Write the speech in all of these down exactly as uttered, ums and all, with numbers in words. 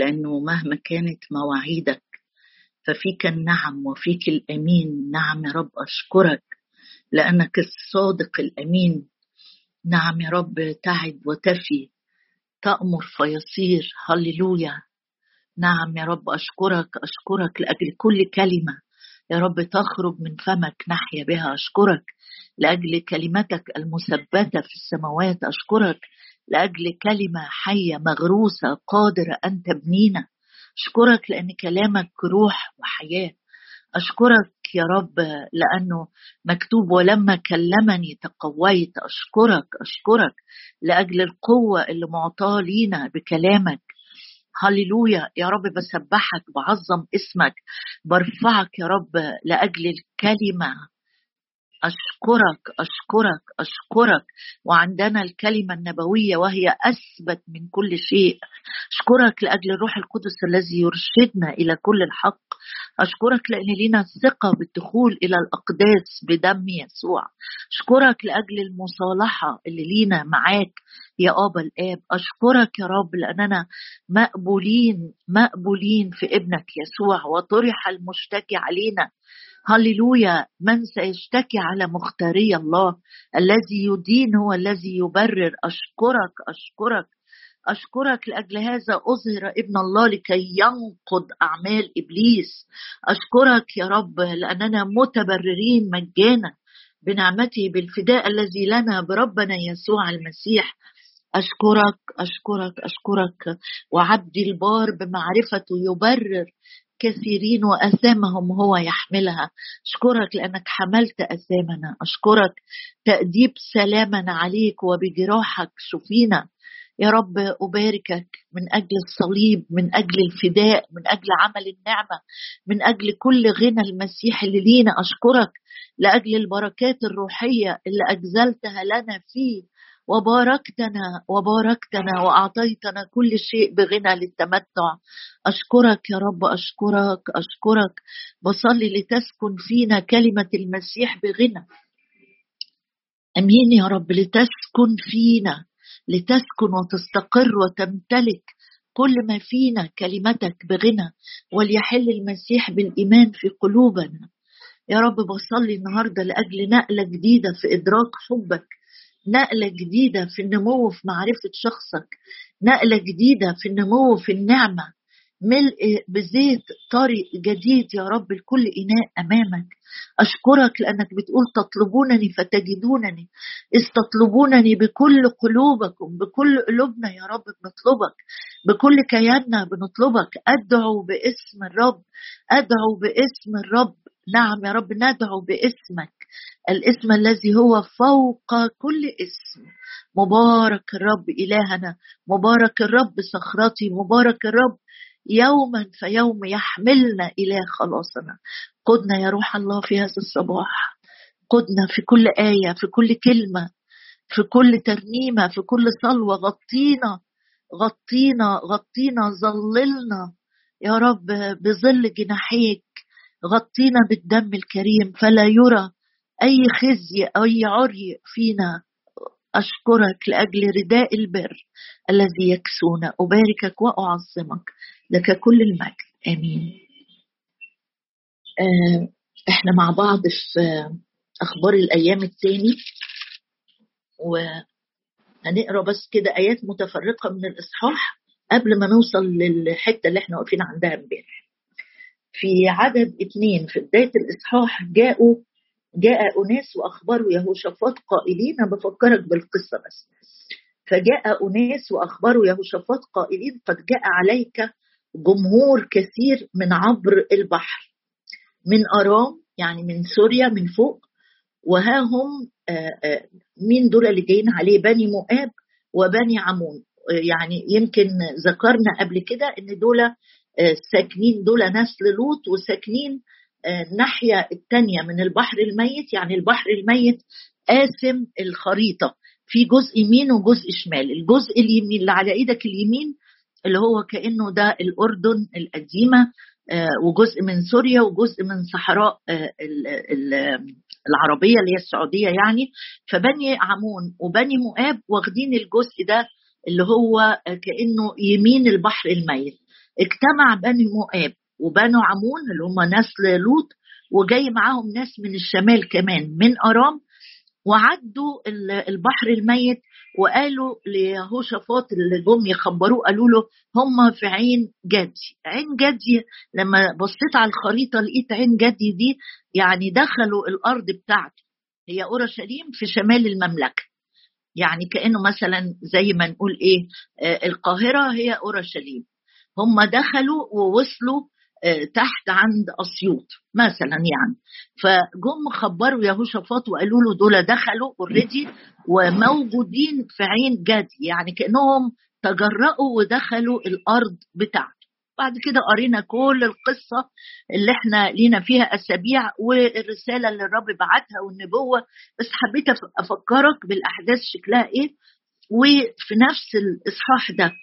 لأنه مهما كانت مواعيدك ففيك النعم وفيك الأمين. نعم يا رب أشكرك لأنك الصادق الأمين. نعم يا رب تعد وتفي، تأمر فيصير. هللويا. نعم يا رب أشكرك أشكرك لأجل كل كلمة يا رب تخرج من فمك نحيا بها. أشكرك لأجل كلمتك المثبتة في السماوات. أشكرك لأجل كلمة حية مغروسة قادرة أن تبنينا. أشكرك لأن كلامك روح وحياة. أشكرك يا رب لأنه مكتوب ولما كلمني تقويت. أشكرك أشكرك لأجل القوة اللي معطاة لينا بكلامك. هللويا يا رب. بسبحك بعظم اسمك برفعك يا رب لأجل الكلمة. أشكرك أشكرك أشكرك. وعندنا الكلمة النبوية وهي أثبت من كل شيء. أشكرك لأجل الروح القدس الذي يرشدنا إلى كل الحق. أشكرك لأن لنا ثقة بالدخول إلى الأقداس بدم يسوع. أشكرك لأجل المصالحة اللي لينا معاك يا أبا الآب. أشكرك يا رب لأننا مقبولين مقبولين في ابنك يسوع وطرح المشتكي علينا. هللويا. من سيشتكي على مختاري الله؟ الذي يدين هو الذي يبرر. أشكرك أشكرك أشكرك لأجل هذا أظهر ابن الله لكي ينقض أعمال إبليس. أشكرك يا رب لأننا متبررين مجانا بنعمته بالفداء الذي لنا بربنا يسوع المسيح. أشكرك أشكرك أشكرك. وعبدي البار بمعرفته يبرر كثيرين وأثامهم هو يحملها. أشكرك لأنك حملت أثامنا. أشكرك تأديب سلامنا عليك وبجراحك شفينا. يا رب أباركك من أجل الصليب، من أجل الفداء، من أجل عمل النعمة، من أجل كل غنى المسيح اللي لينا. أشكرك لأجل البركات الروحية اللي أجزلتها لنا فيه وباركتنا وباركتنا وأعطيتنا كل شيء بغنى للتمتع. أشكرك يا رب أشكرك أشكرك. بصلي لتسكن فينا كلمة المسيح بغنى. أمين يا رب. لتسكن فينا، لتسكن وتستقر وتمتلك كل ما فينا كلمتك بغنى، وليحل المسيح بالإيمان في قلوبنا. يا رب بصلي النهاردة لأجل نقلة جديدة في إدراك حبك، نقلة جديدة في النمو في معرفة شخصك، نقلة جديدة في النمو في النعمة، ملء بزيت طريق جديد يا رب لكل إناء أمامك. أشكرك لأنك بتقول تطلبونني فتجدونني، استطلبونني بكل قلوبكم. بكل قلوبنا يا رب بنطلبك، بكل كياننا بنطلبك. أدعو باسم الرب، أدعو باسم الرب. نعم يا رب ندعو باسمك، الاسم الذي هو فوق كل اسم. مبارك الرب إلهنا، مبارك الرب صخرتي، مبارك الرب يوما فيوم يحملنا إلى خلاصنا. قدنا يا روح الله في هذا الصباح، قدنا في كل آية، في كل كلمة، في كل ترنيمة، في كل صلوة. غطينا غطينا غطينا، ظللنا يا رب بظل جناحيك. غطينا بالدم الكريم فلا يرى أي خزي أو أي عري فينا. أشكرك لأجل رداء البر الذي يكسونا. أباركك وأعظمك، لك كل المجد. آمين. آه إحنا مع بعض في أخبار الأيام الثاني، وهنقرأ بس كده آيات متفرقة من الإصحاح قبل ما نوصل للحتة اللي إحنا واقفين عندها امبارح. في عدد اتنين في بداية الإصحاح جاءوا جاء أناس وأخبروا يهوشافاط قائلين، بفكرك بالقصة بس. فجاء أناس وأخبروا يهوشافاط قائلين قد جاء عليك جمهور كثير من عبر البحر، من أرام يعني من سوريا من فوق، وها هم مين دول اللي جايين عليه؟ بني مؤاب وبني عمون. يعني يمكن ذكرنا قبل كده إن دول ساكنين، دول نسل لوط وساكنين الناحية التانية من البحر الميت. يعني البحر الميت قاسم الخريطة في جزء يمين وجزء شمال. الجزء اليمين اللي على ايدك اليمين اللي هو كأنه ده الأردن القديمة، وجزء من سوريا وجزء من صحراء العربية اللي هي السعودية يعني. فبني عمون وبني مؤاب واخدين الجزء ده اللي هو كأنه يمين البحر الميت. اجتمع بني مؤاب وبنو عمون اللي هم نسل لوط، وجاي معاهم ناس من الشمال كمان من أرام، وعدوا البحر الميت. وقالوا ليهوشافاط اللي جم يخبروه، قالوا له هم في عين جدي. عين جدي لما بصيت على الخريطة لقيت عين جدي دي يعني دخلوا الأرض بتاعته، هي أورشليم في شمال المملكة، يعني كأنه مثلا زي ما نقول إيه آه القاهرة هي أورشليم، هم دخلوا ووصلوا تحت عند أسيوط مثلا يعني. فجم خبروا يهوشافاط وقالوا له دول دخلوا اوريدي وموجودين في عين جدي، يعني كأنهم تجرأوا ودخلوا الأرض بتاعته. بعد كده قرينا كل القصة اللي احنا لينا فيها أسابيع والرسالة اللي الرب بعتها والنبوة، بس حبيت أفكرك بالأحداث شكلها إيه. وفي نفس الإصحاح ده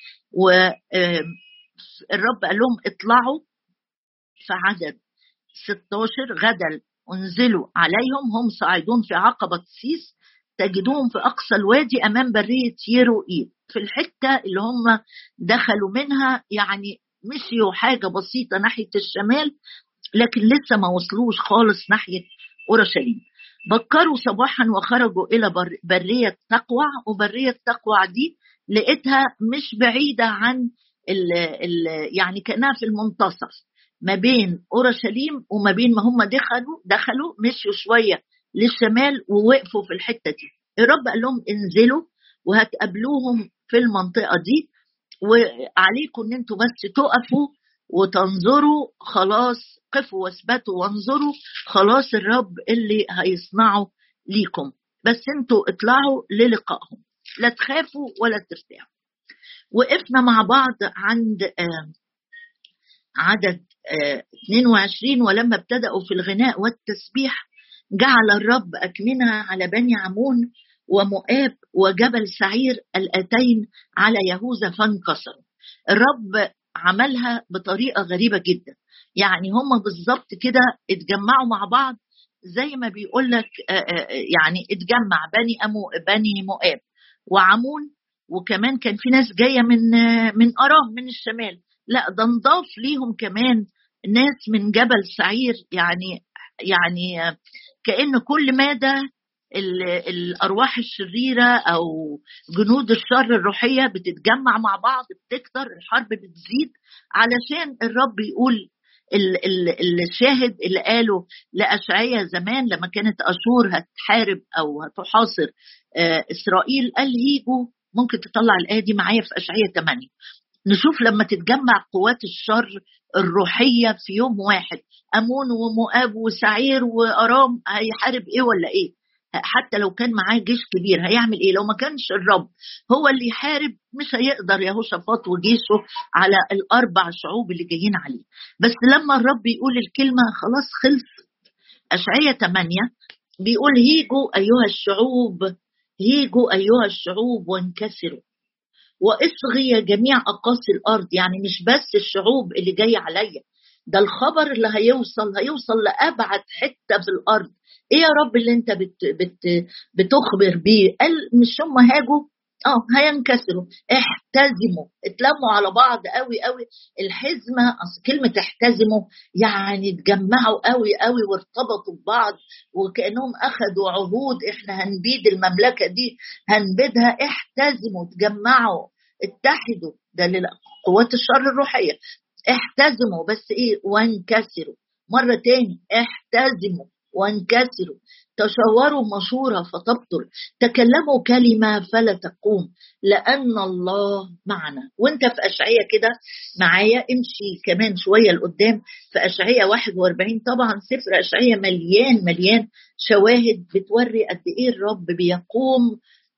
والرب قال لهم اطلعوا في عدد ستة عشر غدا انزلوا عليهم هم صاعدون في عقبة سيس تجدوهم في أقصى الوادي أمام برية يروئيل، في الحتة اللي هم دخلوا منها، يعني مشيوا حاجة بسيطة ناحية الشمال لكن لسه ما وصلوش خالص ناحية أورشليم. بكروا صباحا وخرجوا إلى برية تقوع، وبرية تقوع دي لقيتها مش بعيدة عن ال ال يعني كأنها في المنتصف ما بين أورشليم وما بين ما هم دخلوا دخلوا مشوا شوية للشمال ووقفوا في الحتة دي. الرب قال لهم انزلوا وهتقابلوهم في المنطقة دي، وعليكم ان انتوا بس تقفوا وتنظروا، خلاص قفوا واثبتوا وانظروا، خلاص الرب اللي هيصنعه ليكم، بس انتوا اطلعوا للقائهم لا تخافوا ولا ترتاحوا. وقفنا مع بعض عند آه عدد آه اثنين وعشرين ولما ابتدأوا في الغناء والتسبيح جعل الرب أكمنة على بني عمون ومؤاب وجبل سعير الأتين على يهوذا فانكسروا. الرب عملها بطريقة غريبة جدا، يعني هم بالظبط كده اتجمعوا مع بعض زي ما بيقول لك يعني اتجمع بني أمو بني مؤاب وعمون، وكمان كان في ناس جاية من من أرام من الشمال، لا ده نضاف ليهم كمان ناس من جبل سعير، يعني يعني كأن كل مادة الأرواح الشريرة أو جنود الشر الروحية بتتجمع مع بعض، بتكتر الحرب بتزيد، علشان الرب يقول الشاهد اللي قاله لأشعياء زمان لما كانت أشور هتحارب أو هتحاصر إسرائيل، قال هيجوا. ممكن تطلع الآية دي معايا في أشعياء ثمانية، نشوف لما تتجمع قوات الشر الروحية في يوم واحد، أمون ومؤاب وسعير وأرام، هيحارب إيه ولا إيه؟ حتى لو كان معاه جيش كبير هيعمل إيه؟ لو ما كانش الرب هو اللي يحارب مش هيقدر يهوشافاط وجيشه على الأربع شعوب اللي جايين عليه. بس لما الرب يقول الكلمة خلاص خلص. أشعياء ثمانية بيقول هيجوا أيها الشعوب، هيجوا أيها الشعوب وانكسروا واصغي يا جميع أقاصي الأرض، يعني مش بس الشعوب اللي جاية عليا، ده الخبر اللي هيوصل هيوصل لأبعد حتة في الأرض. إيه يا رب اللي أنت بت بت بتخبر بيه؟ قال مش هم هاجوا اه هينكسروا، احتزموا، اتلموا على بعض قوي قوي. الحزمة أصل كلمة احتزموا يعني اتجمعوا قوي قوي وارتبطوا ببعض وكأنهم أخذوا عهود، احنا هنبيد المملكة دي هنبيدها. احتزموا، اتجمعوا، اتحدوا، ده لقوات الشر الروحية. احتزموا بس ايه؟ وانكسروا. مرة تاني احتزموا وانكسروا، تشاوروا مشورة فتبطل، تكلموا كلمة فلا تقوم، لأن الله معنا. وانت في أشعياء كده معايا امشي كمان شوية لقدام في أشعياء واحد وأربعين. طبعا سفر أشعياء مليان مليان شواهد بتوري قد ايه الرب بيقوم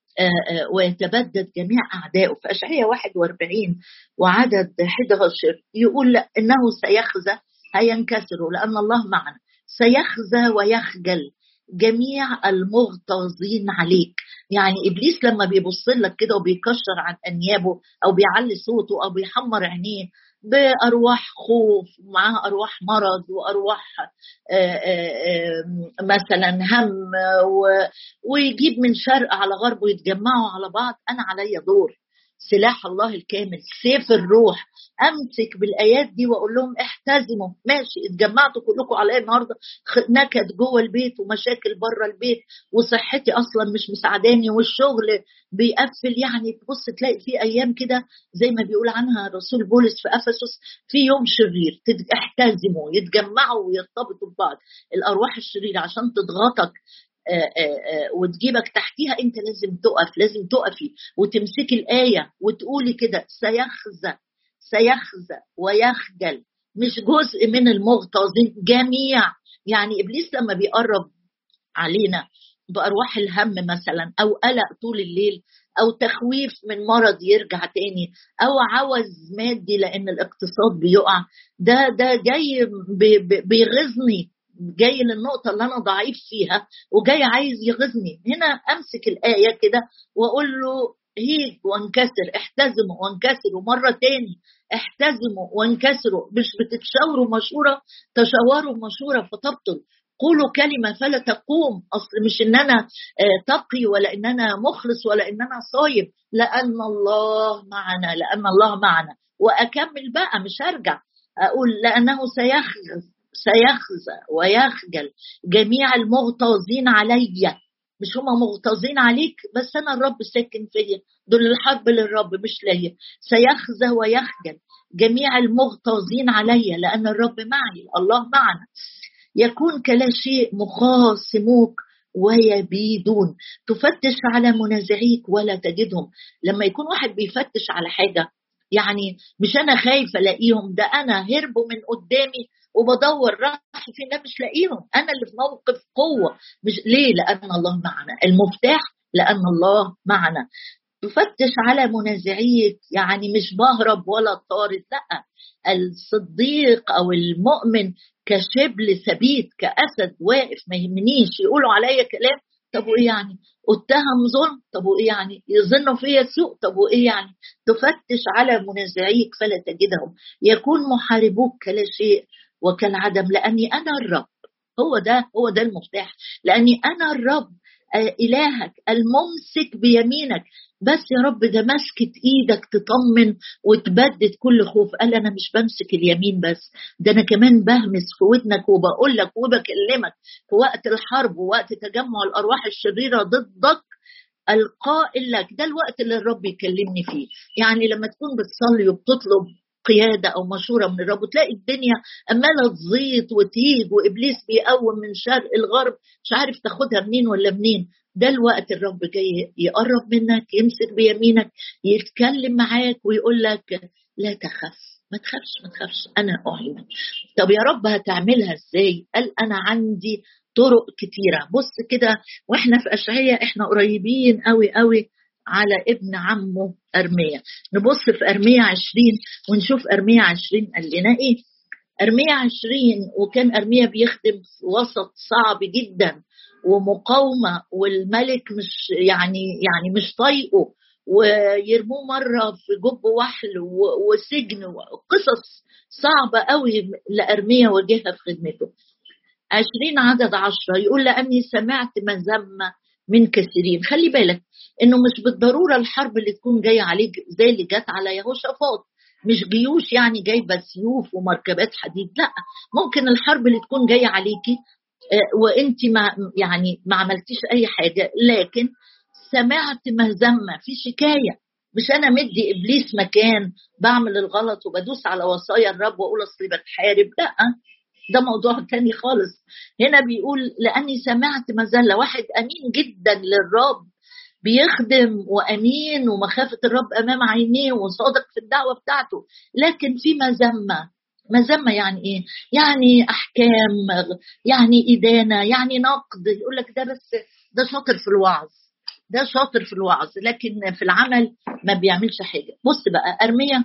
ويتبدد جميع أعدائه. في أشعياء واحد وأربعين وعدد أحد عشر يقول إنه سيخزى، هينكسروا لأن الله معنا، سيخزى ويخجل جميع المغتاظين عليك. يعني إبليس لما بيبص لك كده وبيكشر عن أنيابه أو بيعلي صوته أو بيحمر عينيه بأرواح خوف ومعها أرواح مرض وأرواح آآ آآ مثلا هم ويجيب من شرق على غرب ويتجمعوا على بعض، أنا علي دور سلاح الله الكامل، سيف الروح. امسك بالايات دي واقول لهم احتزموا. ماشي، اتجمعتوا كلكم عليا النهارده، نكد جوه البيت ومشاكل بره البيت وصحتي اصلا مش مساعداني والشغل بيقفل. يعني تبص تلاقي في ايام كده زي ما بيقول عنها رسول بولس في افسس، في يوم شرير. احتزموا، يتجمعوا ويرتبطوا ببعض الارواح الشريره عشان تضغطك آآ آآ وتجيبك تحتيها. انت لازم تقف، لازم تقفي وتمسكي الآية وتقولي كده: سيخزى سيخزى ويخجل. مش جزء من المغتاظين، جميع. يعني إبليس لما بيقرب علينا بأرواح الهم مثلا، أو قلق طول الليل، أو تخويف من مرض يرجع تاني، أو عوز مادي لأن الاقتصاد بيقع، ده ده جاي بيغزني، جاي للنقطة اللي أنا ضعيف فيها وجاي عايز يغزني. هنا أمسك الآية كده وأقول له: هيج وانكسر، احتزموا وانكسروا. مرة تاني: احتزموا وانكسروا. مش بتتشاوروا مشورة، تشاوروا مشورة فتبطل. قولوا كلمة فلا تقوم. أصل مش إن أنا تقي ولا إن أنا مخلص ولا إن أنا صايم، لأن الله معنا، لأن الله معنا. وأكمل بقى، مش هرجع أقول: لأنه سيخزى سيخزى ويخجل جميع المغتاظين علي. مش هما مغتاظين عليك بس، أنا الرب ساكن فيا، دول الحرب للرب مش ليا. سيخزى ويخجل جميع المغتاظين علي لأن الرب معي، الله معنا. يكون كلا شيء مخاصموك ويبيدون. تفتش على منازعيك ولا تجدهم. لما يكون واحد بيفتش على حاجة، يعني مش أنا خايف ألاقيهم، ده أنا هربوا من قدامي وبدور راحوا فين، لا مش لاقيهم. أنا اللي في موقف قوة. مش ليه؟ لأن الله معنا. المفتاح لأن الله معنا. تفتش على منازعيك، يعني مش بهرب ولا طارد، لا. الصديق أو المؤمن كشبل ثبيت، كأسد واقف، ما يهمنيش يقولوا عليا كلام، طب وإيه يعني؟ اتهم ظلم، طب وإيه يعني؟ يظنوا فيا سوء، طب وإيه يعني؟ تفتش على منازعيك فلا تجدهم. يكون محاربوك كلا شيء وكالعدم لأني أنا الرب. هو ده هو ده المفتاح، لأني أنا الرب إلهك الممسك بيمينك. بس يا رب ده مسكت إيدك تطمن وتبدد كل خوف. قال: أنا مش بمسك اليمين بس، ده أنا كمان بهمس في ودنك وبقول لك وبكلمك في وقت الحرب ووقت تجمع الأرواح الشريرة ضدك القائل لك. ده الوقت اللي الرب يكلمني فيه. يعني لما تكون بتصلي وبتطلب قيادة أو مشورة من الرب وتلاقي الدنيا أمالة تزيط وتيج وإبليس بيقوم من شرق الغرب، مش عارف تاخدها منين ولا منين، ده الوقت الرب جاي يقرب منك، يمسك بيمينك، يتكلم معاك ويقول لك: لا تخف، ما تخافش ما تخافش، أنا أعينك. طب يا رب هتعملها إزاي؟ قال: أنا عندي طرق كتيرة. بص كده، وإحنا في أشعياء إحنا قريبين قوي قوي على ابن عمه أرميا. نبص في أرميا عشرين ونشوف أرميا عشرين قال لنا إيه. أرميا عشرين: وكان أرميا بيخدم في وسط صعب جدا ومقاومة، والملك مش يعني يعني مش طايقه، ويرموه مرة في جب وحل وسجن، وقصص صعبة قوي لأرميا واجهها في خدمته. عشرين عدد عشرة يقول: لأني سمعت مذمة من كثيرين. خلي بالك إنه مش بالضرورة الحرب اللي تكون جاية عليك زي اللي جات على يهوشافاط، مش جيوش يعني جايبة سيوف ومركبات حديد، لا. ممكن الحرب اللي تكون جاية عليكي وانت ما يعني ما عملتيش اي حاجة، لكن سمعت مذمة، في شكاية. مش انا مدي ابليس مكان بعمل الغلط وبدوس على وصايا الرب واقول اصلي بتحارب، لا، ده موضوع تاني خالص. هنا بيقول: لاني سمعت مذلة. واحد امين جدا للرب بيخدم وامين ومخافة الرب امام عينيه وصادق في الدعوة بتاعته، لكن في مذمة. مذمة يعني ايه؟ يعني احكام، يعني ادانة، يعني نقد. يقول لك ده بس ده شاطر في الوعظ، ده شاطر في الوعظ، لكن في العمل ما بيعملش حاجة. بص بقى، أرميا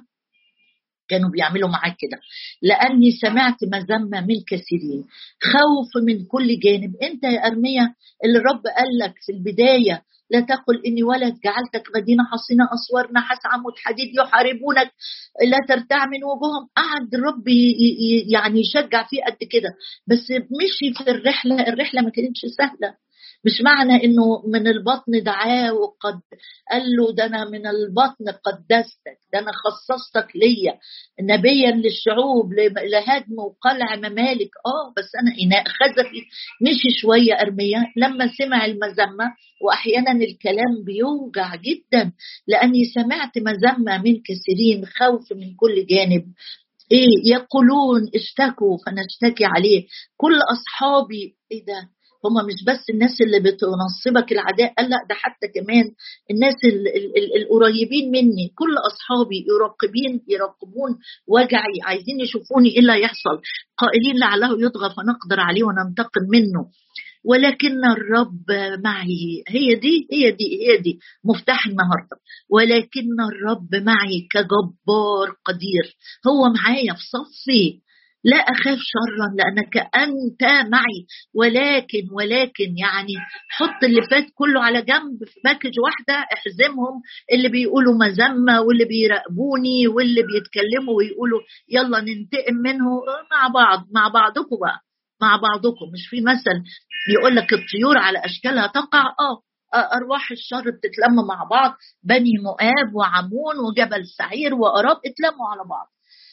كانوا بيعملوا معاك كده: لأني سمعت مذمة من كثيرين، خوف من كل جانب. انت يا أرميا اللي الرب قال لك في البداية: لا تقل إني ولد، جعلتك مدينة حصينة، أسوار نحاس عمود حديد يحاربونك، لا ترتع من وجوههم. قعد الرب يعني يشجع فيه قد كده، بس مشي في الرحلة. الرحلة ما كانتش سهلة. مش معنى انه من البطن دعاه وقد قال له ده انا من البطن قدستك، ده انا خصصتك ليا نبيا للشعوب لهدم وقلع ممالك. اه بس انا اناء خزفي. مشي شويه ارميا لما سمع المذمه، واحيانا الكلام بيوجع جدا لاني سمعت مذمه من كثيرين، خوف من كل جانب. ايه يقولون اشتكوا فنشتكي عليه، كل اصحابي. ايه ده؟ هما مش بس الناس اللي بتنصبك العداء، قال لا ده حتى كمان الناس ال ال ال القريبين مني، كل اصحابي يراقبين يراقبون وجعي، عايزين يشوفوني ايه اللي هيحصل، قائلين لعله يطغى فنقدر عليه وننتقم منه، ولكن الرب معي. هي دي هي دي هي دي مفتاح النهارده. ولكن الرب معي كجبار قدير، هو معايا في صفي، لا أخاف شرا لأنك أنت معي. ولكن ولكن يعني حط اللي فات كله على جنب في باكج واحدة، احزمهم، اللي بيقولوا مذمة واللي بيراقبوني واللي بيتكلموا ويقولوا يلا ننتقم منه، مع بعض مع بعضكم بقى، مع بعضكم. مش في مثل يقول لك الطيور على أشكالها تقع؟ اه أرواح الشر بتتلم مع بعض، بني مؤاب وعمون وجبل سعير وأراب اتلموا على بعض.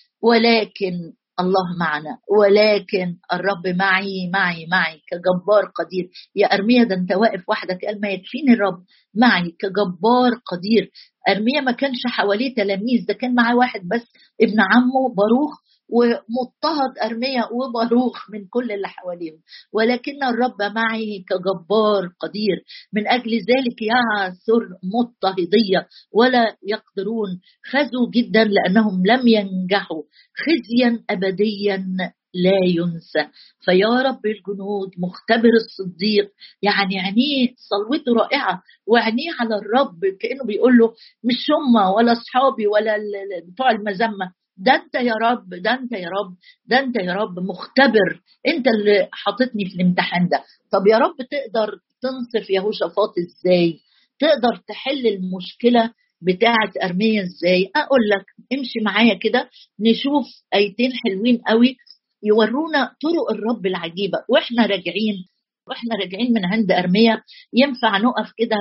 ولكن الله معنا، ولكن الرب معي معي معي كجبار قدير. يا أرميا ده انت واقف وحدك، قال ما يكفيني الرب معي كجبار قدير. أرميا ما كانش حواليه تلاميذ، ده كان معاه واحد بس، ابن عمه باروخ، ومضطهد أرميا وباروخ من كل اللي حواليهم. ولكن الرب معي كجبار قدير، من أجل ذلك يعثر مضطهدية ولا يقدرون، خزوا جدا لأنهم لم ينجحوا، خزيا أبديا لا ينسى. فيا رب الجنود مختبر الصديق، يعني عينيه صلوته رائعة وعينيه على الرب، كأنه بيقول له مش هم ولا أصحابي ولا بتوع المذمة، ده انت يا رب، ده انت يا رب، ده انت يا رب مختبر، انت اللي حاططني في الامتحان ده. طب يا رب تقدر تنصف يهوشافاط ازاي؟ تقدر تحل المشكلة بتاعة أرميا ازاي؟ اقول لك امشي معايا كده نشوف ايتين حلوين قوي يورونا طرق الرب العجيبة واحنا راجعين. واحنا راجعين من عند أرميا ينفع نقف كده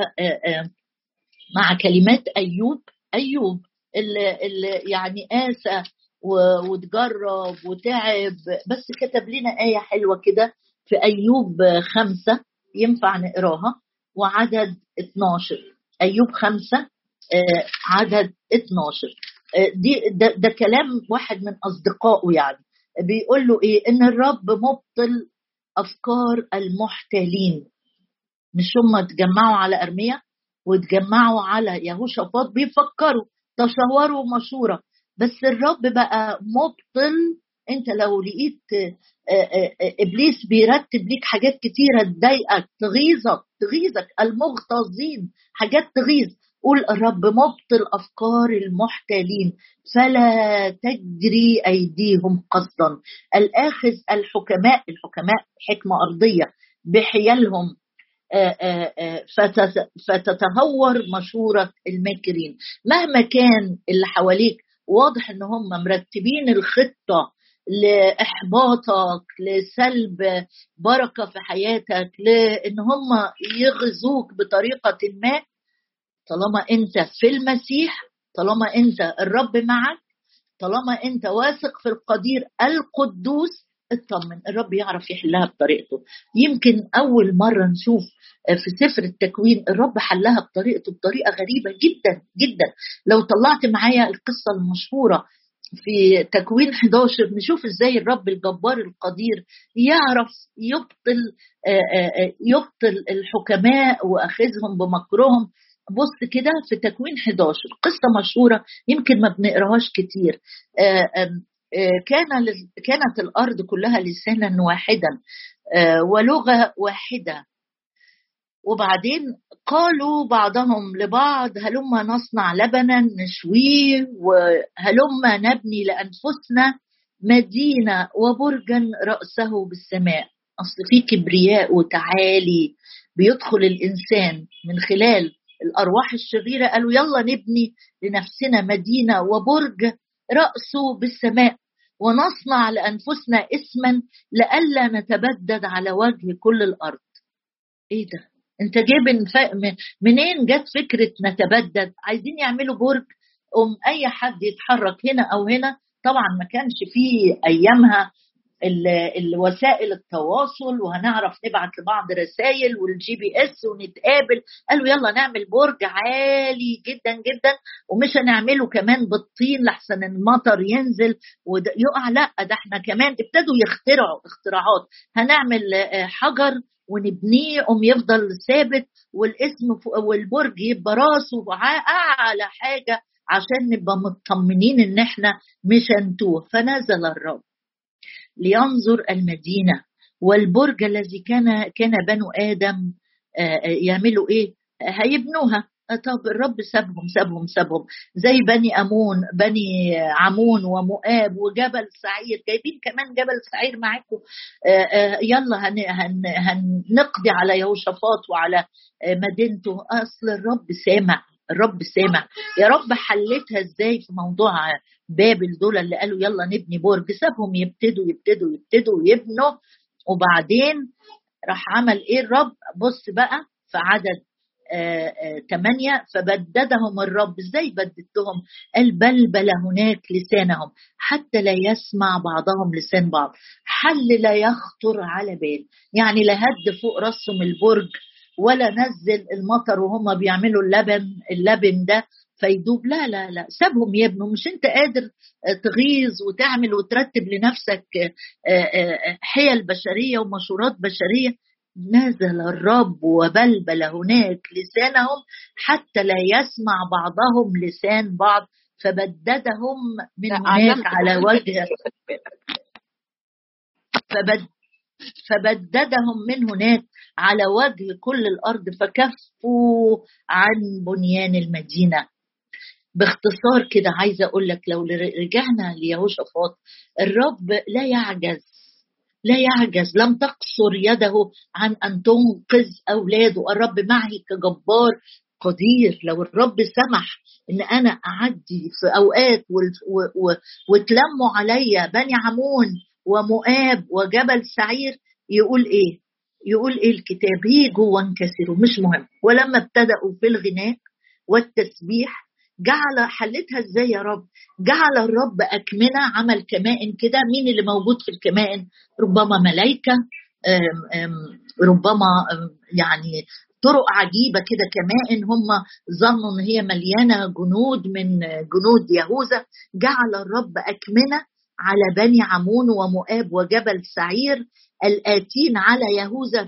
مع كلمات أيوب. أيوب اللي, اللي يعني قاسى وتجرب وتعب، بس كتب لنا آية حلوة كده في أيوب خمسة ينفع نقراها، وعدد اتناشر. أيوب خمسة عدد اتناشر. دي ده, ده كلام واحد من أصدقائه، يعني بيقول له إيه؟ إن الرب مبطل أفكار المحتالين. مش هم اتجمعوا على أرميا واتجمعوا على يهوشافاط بيفكروا تصوروا مشورة، بس الرب بقى مبطل. انت لو لقيت ابليس بيرتب ليك حاجات كتيرة تضايقك تغيظك تغيظك المغتاظين، حاجات تغيظ، قول الرب مبطل افكار المحتالين فلا تجري ايديهم قصدا، الاخذ الحكماء الحكماء حكمة ارضية بحيلهم فتتهور مشورة الماكرين. مهما كان اللي حواليك واضح ان هم مرتبين الخطة لإحباطك، لسلب بركة في حياتك، لأن هم يغزوك بطريقة ما، طالما انت في المسيح، طالما انت الرب معك، طالما انت واثق في القدير القدوس، اطمن الرب يعرف يحلها بطريقته. يمكن أول مرة نشوف في سفر التكوين الرب حلها بطريقته بطريقة غريبة جدا جدا. لو طلعت معايا القصة المشهورة في تكوين حداشر نشوف ازاي الرب الجبار القدير يعرف يبطل يبطل الحكماء وأخذهم بمكرهم. بص كده في تكوين حداشر، قصة مشهورة يمكن ما بنقراهاش كتير. كان كانت الأرض كلها لسانا واحدا ولغة واحدة، وبعدين قالوا بعضهم لبعض هلما نصنع لبنا نشويه، وهلما نبني لأنفسنا مدينة وبرجا رأسه بالسماء. أصل في كبرياء وتعالي بيدخل الإنسان من خلال الأرواح الشريرة، قالوا يلا نبني لنفسنا مدينة وبرج رأسه بالسماء ونصنع لأنفسنا اسما لئلا نتبدد على وجه كل الأرض. ايه ده؟ انت جايب منين جت فكره نتبدد؟ عايزين يعملوا برج ام اي حد يتحرك هنا او هنا. طبعا ما كانش فيه ايامها الوسائل التواصل وهنعرف نبعت لبعض رسائل والجي بي اس ونتقابل. قالوا يلا نعمل برج عالي جدا جدا، ومش هنعمله كمان بالطين لحسن المطر ينزل ويقع، لا ده احنا كمان ابتدوا يخترعوا اختراعات. هنعمل حجر ونبنيه قوم يفضل ثابت والاسم والبرج يبقى راسه اعلى حاجه عشان نبقى مطمنين ان احنا مش هنتوه. فنزل الرب لينظر المدينة والبرج الذي كان كان بنو آدم يعملوا إيه؟ هيبنوها. طب الرب سابهم سابهم سابهم زي بني أمون بني عمون ومؤاب وجبل سعير، جايبين كمان جبل سعير معاكم. يلا هن هن هنقضي على يهوشافاط وعلى مدينته. أصل الرب سامع، الرب سامع. يا رب حلتها ازاي في موضوع بابل دول اللي قالوا يلا نبني برج؟ سابهم يبتدوا يبتدوا يبتدوا يبنوا، وبعدين راح عمل ايه الرب؟ بص بقى في عدد ثمانية، فبددهم الرب. ازاي بددتهم؟ قال بلبل هناك لسانهم حتى لا يسمع بعضهم لسان بعض، حل لا يخطر على بال. يعني لا هد فوق راسهم البرج ولا نزل المطر وهم بيعملوا اللبن اللبن ده فيدوب، لا لا لا، سابهم يبنوا. مش انت قادر تغيظ وتعمل وترتب لنفسك حيل بشرية ومشورات بشرية؟ نزل الرب وبلبل هناك لسانهم حتى لا يسمع بعضهم لسان بعض، فبددهم من هناك على وجه فبد فبددهم من هناك على وجه كل الأرض فكفوا عن بنيان المدينة. باختصار كده عايزة أقول لك لو رجعنا ليهوشافاط، الرب لا يعجز لا يعجز، لم تقصر يده عن أن تنقذ أولاده. الرب معي كجبار قدير. لو الرب سمح إن أنا أعدي في أوقات وتلموا عليا بني عمون ومؤاب وجبل سعير، يقول إيه؟ يقول إيه الكتاب؟ هيجوا وانكسروا، مش مهم. ولما ابتدأوا في الغناء والتسبيح جعل حلتها ازاي يا رب؟ جعل الرب أكمنة، عمل كمائن كده. مين اللي موجود في الكمائن؟ ربما ملائكة، ربما يعني طرق عجيبة كده كمائن هم ظنوا ان هي مليانة جنود من جنود يهوذا. جعل الرب أكمنة على بني عمون ومؤاب وجبل سعير الآتين على يهوذا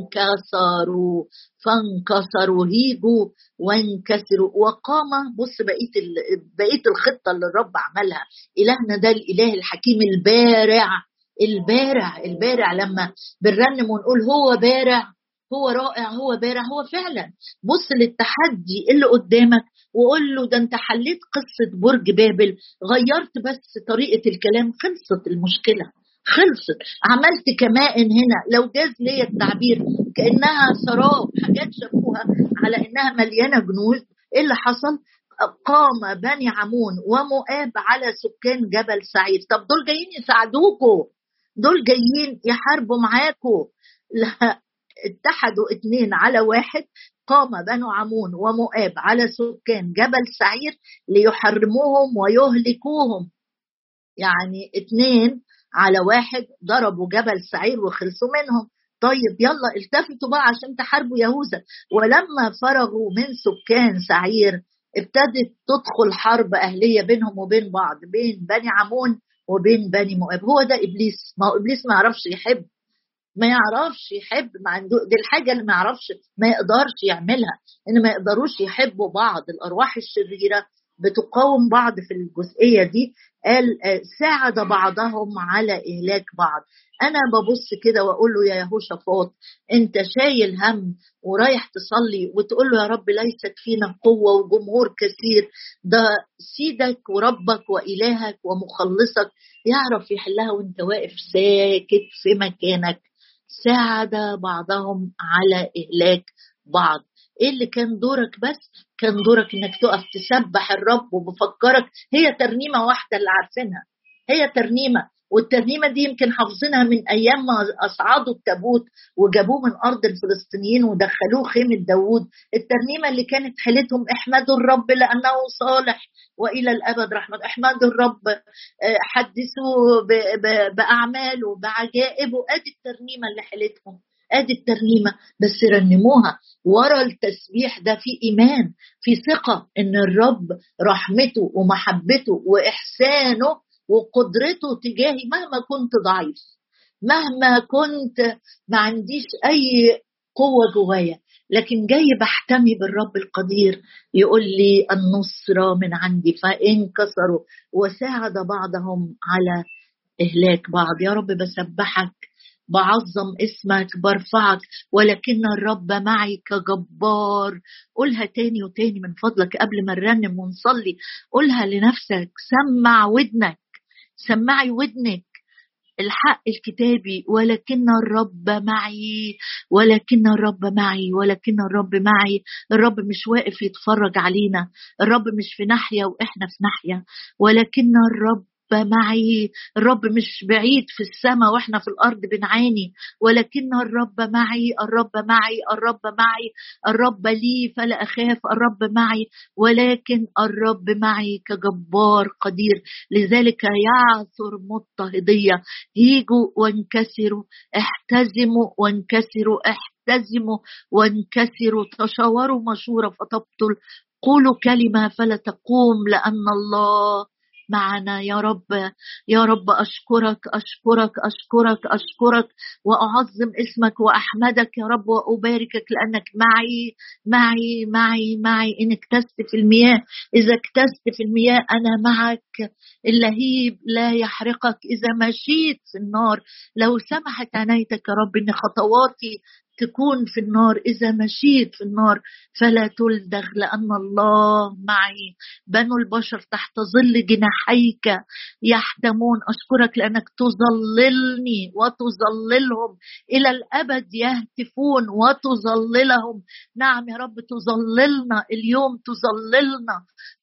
فانكسروا فانكسروا هيجوا وانكسروا وقام. بص بقية بقية الخطة اللي الرب عملها. إلهنا ده الإله الحكيم البارع البارع البارع. لما بنرنم ونقول هو بارع، هو رائع، هو بارع، هو فعلا. بص للتحدي اللي قدامك وقول له ده انت حليت قصة برج بابل، غيرت بس طريقة الكلام، خلصت المشكلة، خلصت. عملت كمائن هنا، لو جاز لي التعبير كأنها سراب، حاجات شافوها على إنها مليانة جنود. إيه اللي حصل؟ قام بني عمون ومؤاب على سكان جبل سعير. طب دول جايين يساعدوكوا، دول جايين يحاربوا معاكوا. لا، اتحدوا اتنين على واحد. قام بنو عمون ومؤاب على سكان جبل سعير ليحرموهم ويهلكوهم. يعني اتنين على واحد ضربوا جبل سعير وخلصوا منهم. طيب يلا التفتوا بقى عشان تحاربوا يهوذا. ولما فرغوا من سكان سعير ابتدت تدخل حرب أهلية بينهم وبين بعض، بين بني عمون وبين بني مؤاب. هو ده إبليس. ما هو إبليس ما يعرفش يحب، ما يعرفش يحب، ما عنده دي الحاجة اللي ما يعرفش ما يقدرش يعملها، إن ما يقدروش يحبوا بعض. الأرواح الشريرة بتقاوم بعض في الجزئية دي. قال ساعد بعضهم على إهلاك بعض. أنا ببص كده وأقول له يا يهوشافاط، أنت شايل هم ورايح تصلي وتقول له يا رب ليست فينا قوة وجمهور كثير، ده سيدك وربك وإلهك ومخلصك يعرف يحلها وانت واقف ساكت في مكانك. ساعد بعضهم على إهلاك بعض. ايه اللي كان دورك؟ بس كان دورك انك تقف تسبح الرب. وبفكرك هي ترنيمة واحدة اللي عارفينها، هي ترنيمة والترنيمة دي يمكن حافظينها من أيام ما أصعدوا التابوت وجابوه من أرض الفلسطينيين ودخلوه خيمة داود. الترنيمة اللي كانت حالتهم احمدوا الرب لأنه صالح وإلى الأبد رحمة. احمدوا الرب، حدثوا بأعماله بعجائبه. أدي الترنيمة اللي حالتهم، ادي الترنيمه. بس رنموها ورا التسبيح ده في ايمان، في ثقه ان الرب رحمته ومحبته واحسانه وقدرته تجاهي مهما كنت ضعيف، مهما كنت ما عنديش اي قوه جوايا، لكن جاي بحتمي بالرب القدير. يقول لي النصره من عندي، فان كسروا وساعد بعضهم على إهلاك بعض. يا رب بسبحك، بعظم اسمك، برفعك، ولكن الرب معي كجبار. قولها تاني وتاني من فضلك قبل ما نرنم ونصلي. قولها لنفسك، سمع ودنك، سمعي ودنك الحق الكتابي، ولكن الرب معي، ولكن الرب معي، ولكن الرب معي. الرب مش واقف يتفرج علينا، الرب مش في ناحية وإحنا في ناحية، ولكن الرب معي. الرب مش بعيد في السماء واحنا في الارض بنعاني، ولكن الرب معي، الرب معي، الرب معي، الرب لي فلا اخاف، الرب معي، ولكن الرب معي كجبار قدير. لذلك يعثر مضطهدية، هيجوا وانكسروا، احتزموا وانكسروا، احتزموا وانكسروا، تشاوروا مشورة فتبطل، قولوا كلمة فلا تقوم، لأن الله معنا. يا رب، يا رب أشكرك أشكرك أشكرك أشكرك وأعظم اسمك وأحمدك يا رب وأباركك، لأنك معي معي معي معي. إن اكتست في المياه، إذا اكتست في المياه أنا معك. اللهيب لا يحرقك إذا مشيت في النار. لو سمحت عنايتك يا رب إن خطواتي تكون في النار، إذا مشيت في النار فلا تلدغ، لأن الله معي. بنو البشر تحت ظل جناحيك يحتمون. أشكرك لأنك تظللني وتظللهم إلى الأبد، يهتفون وتظللهم. نعم يا رب، تظللنا اليوم، تظللنا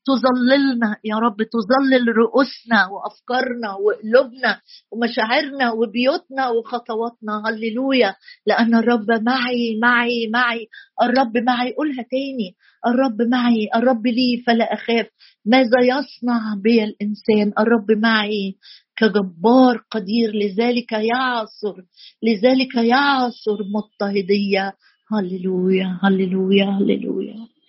تظللنا يا رب، تظلل رؤوسنا وأفكارنا وقلوبنا ومشاعرنا وبيوتنا وخطواتنا. هللويا، لأن الرب معي معي معي. الرب معي. قولها تاني، الرب معي، الرب لي فلا أخاف. ماذا يصنع بي الإنسان؟ الرب معي كجبار قدير، لذلك يعصر، لذلك يعصر مضطهدية. هللويا هللويا هللويا.